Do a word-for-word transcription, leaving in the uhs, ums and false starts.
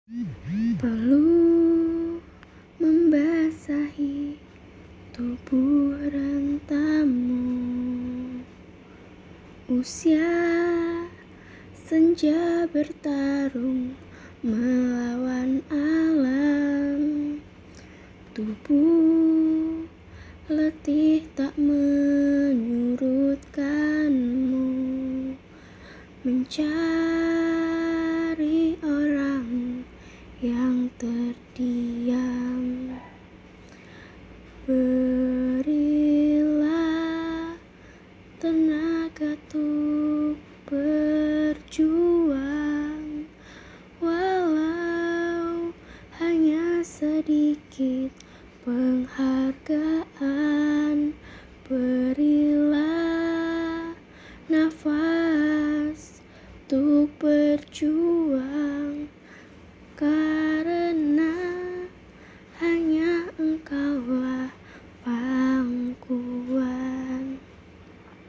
Peluh membasahi tubuh rentamu. Usia senja bertarung melawan alam. Tubuh letih tak menyurutkanmu, mencari orang yang terdiam. Berilah tenaga untuk berjuang, walau hanya sedikit penghargaan. Berilah nafas untuk berjuang.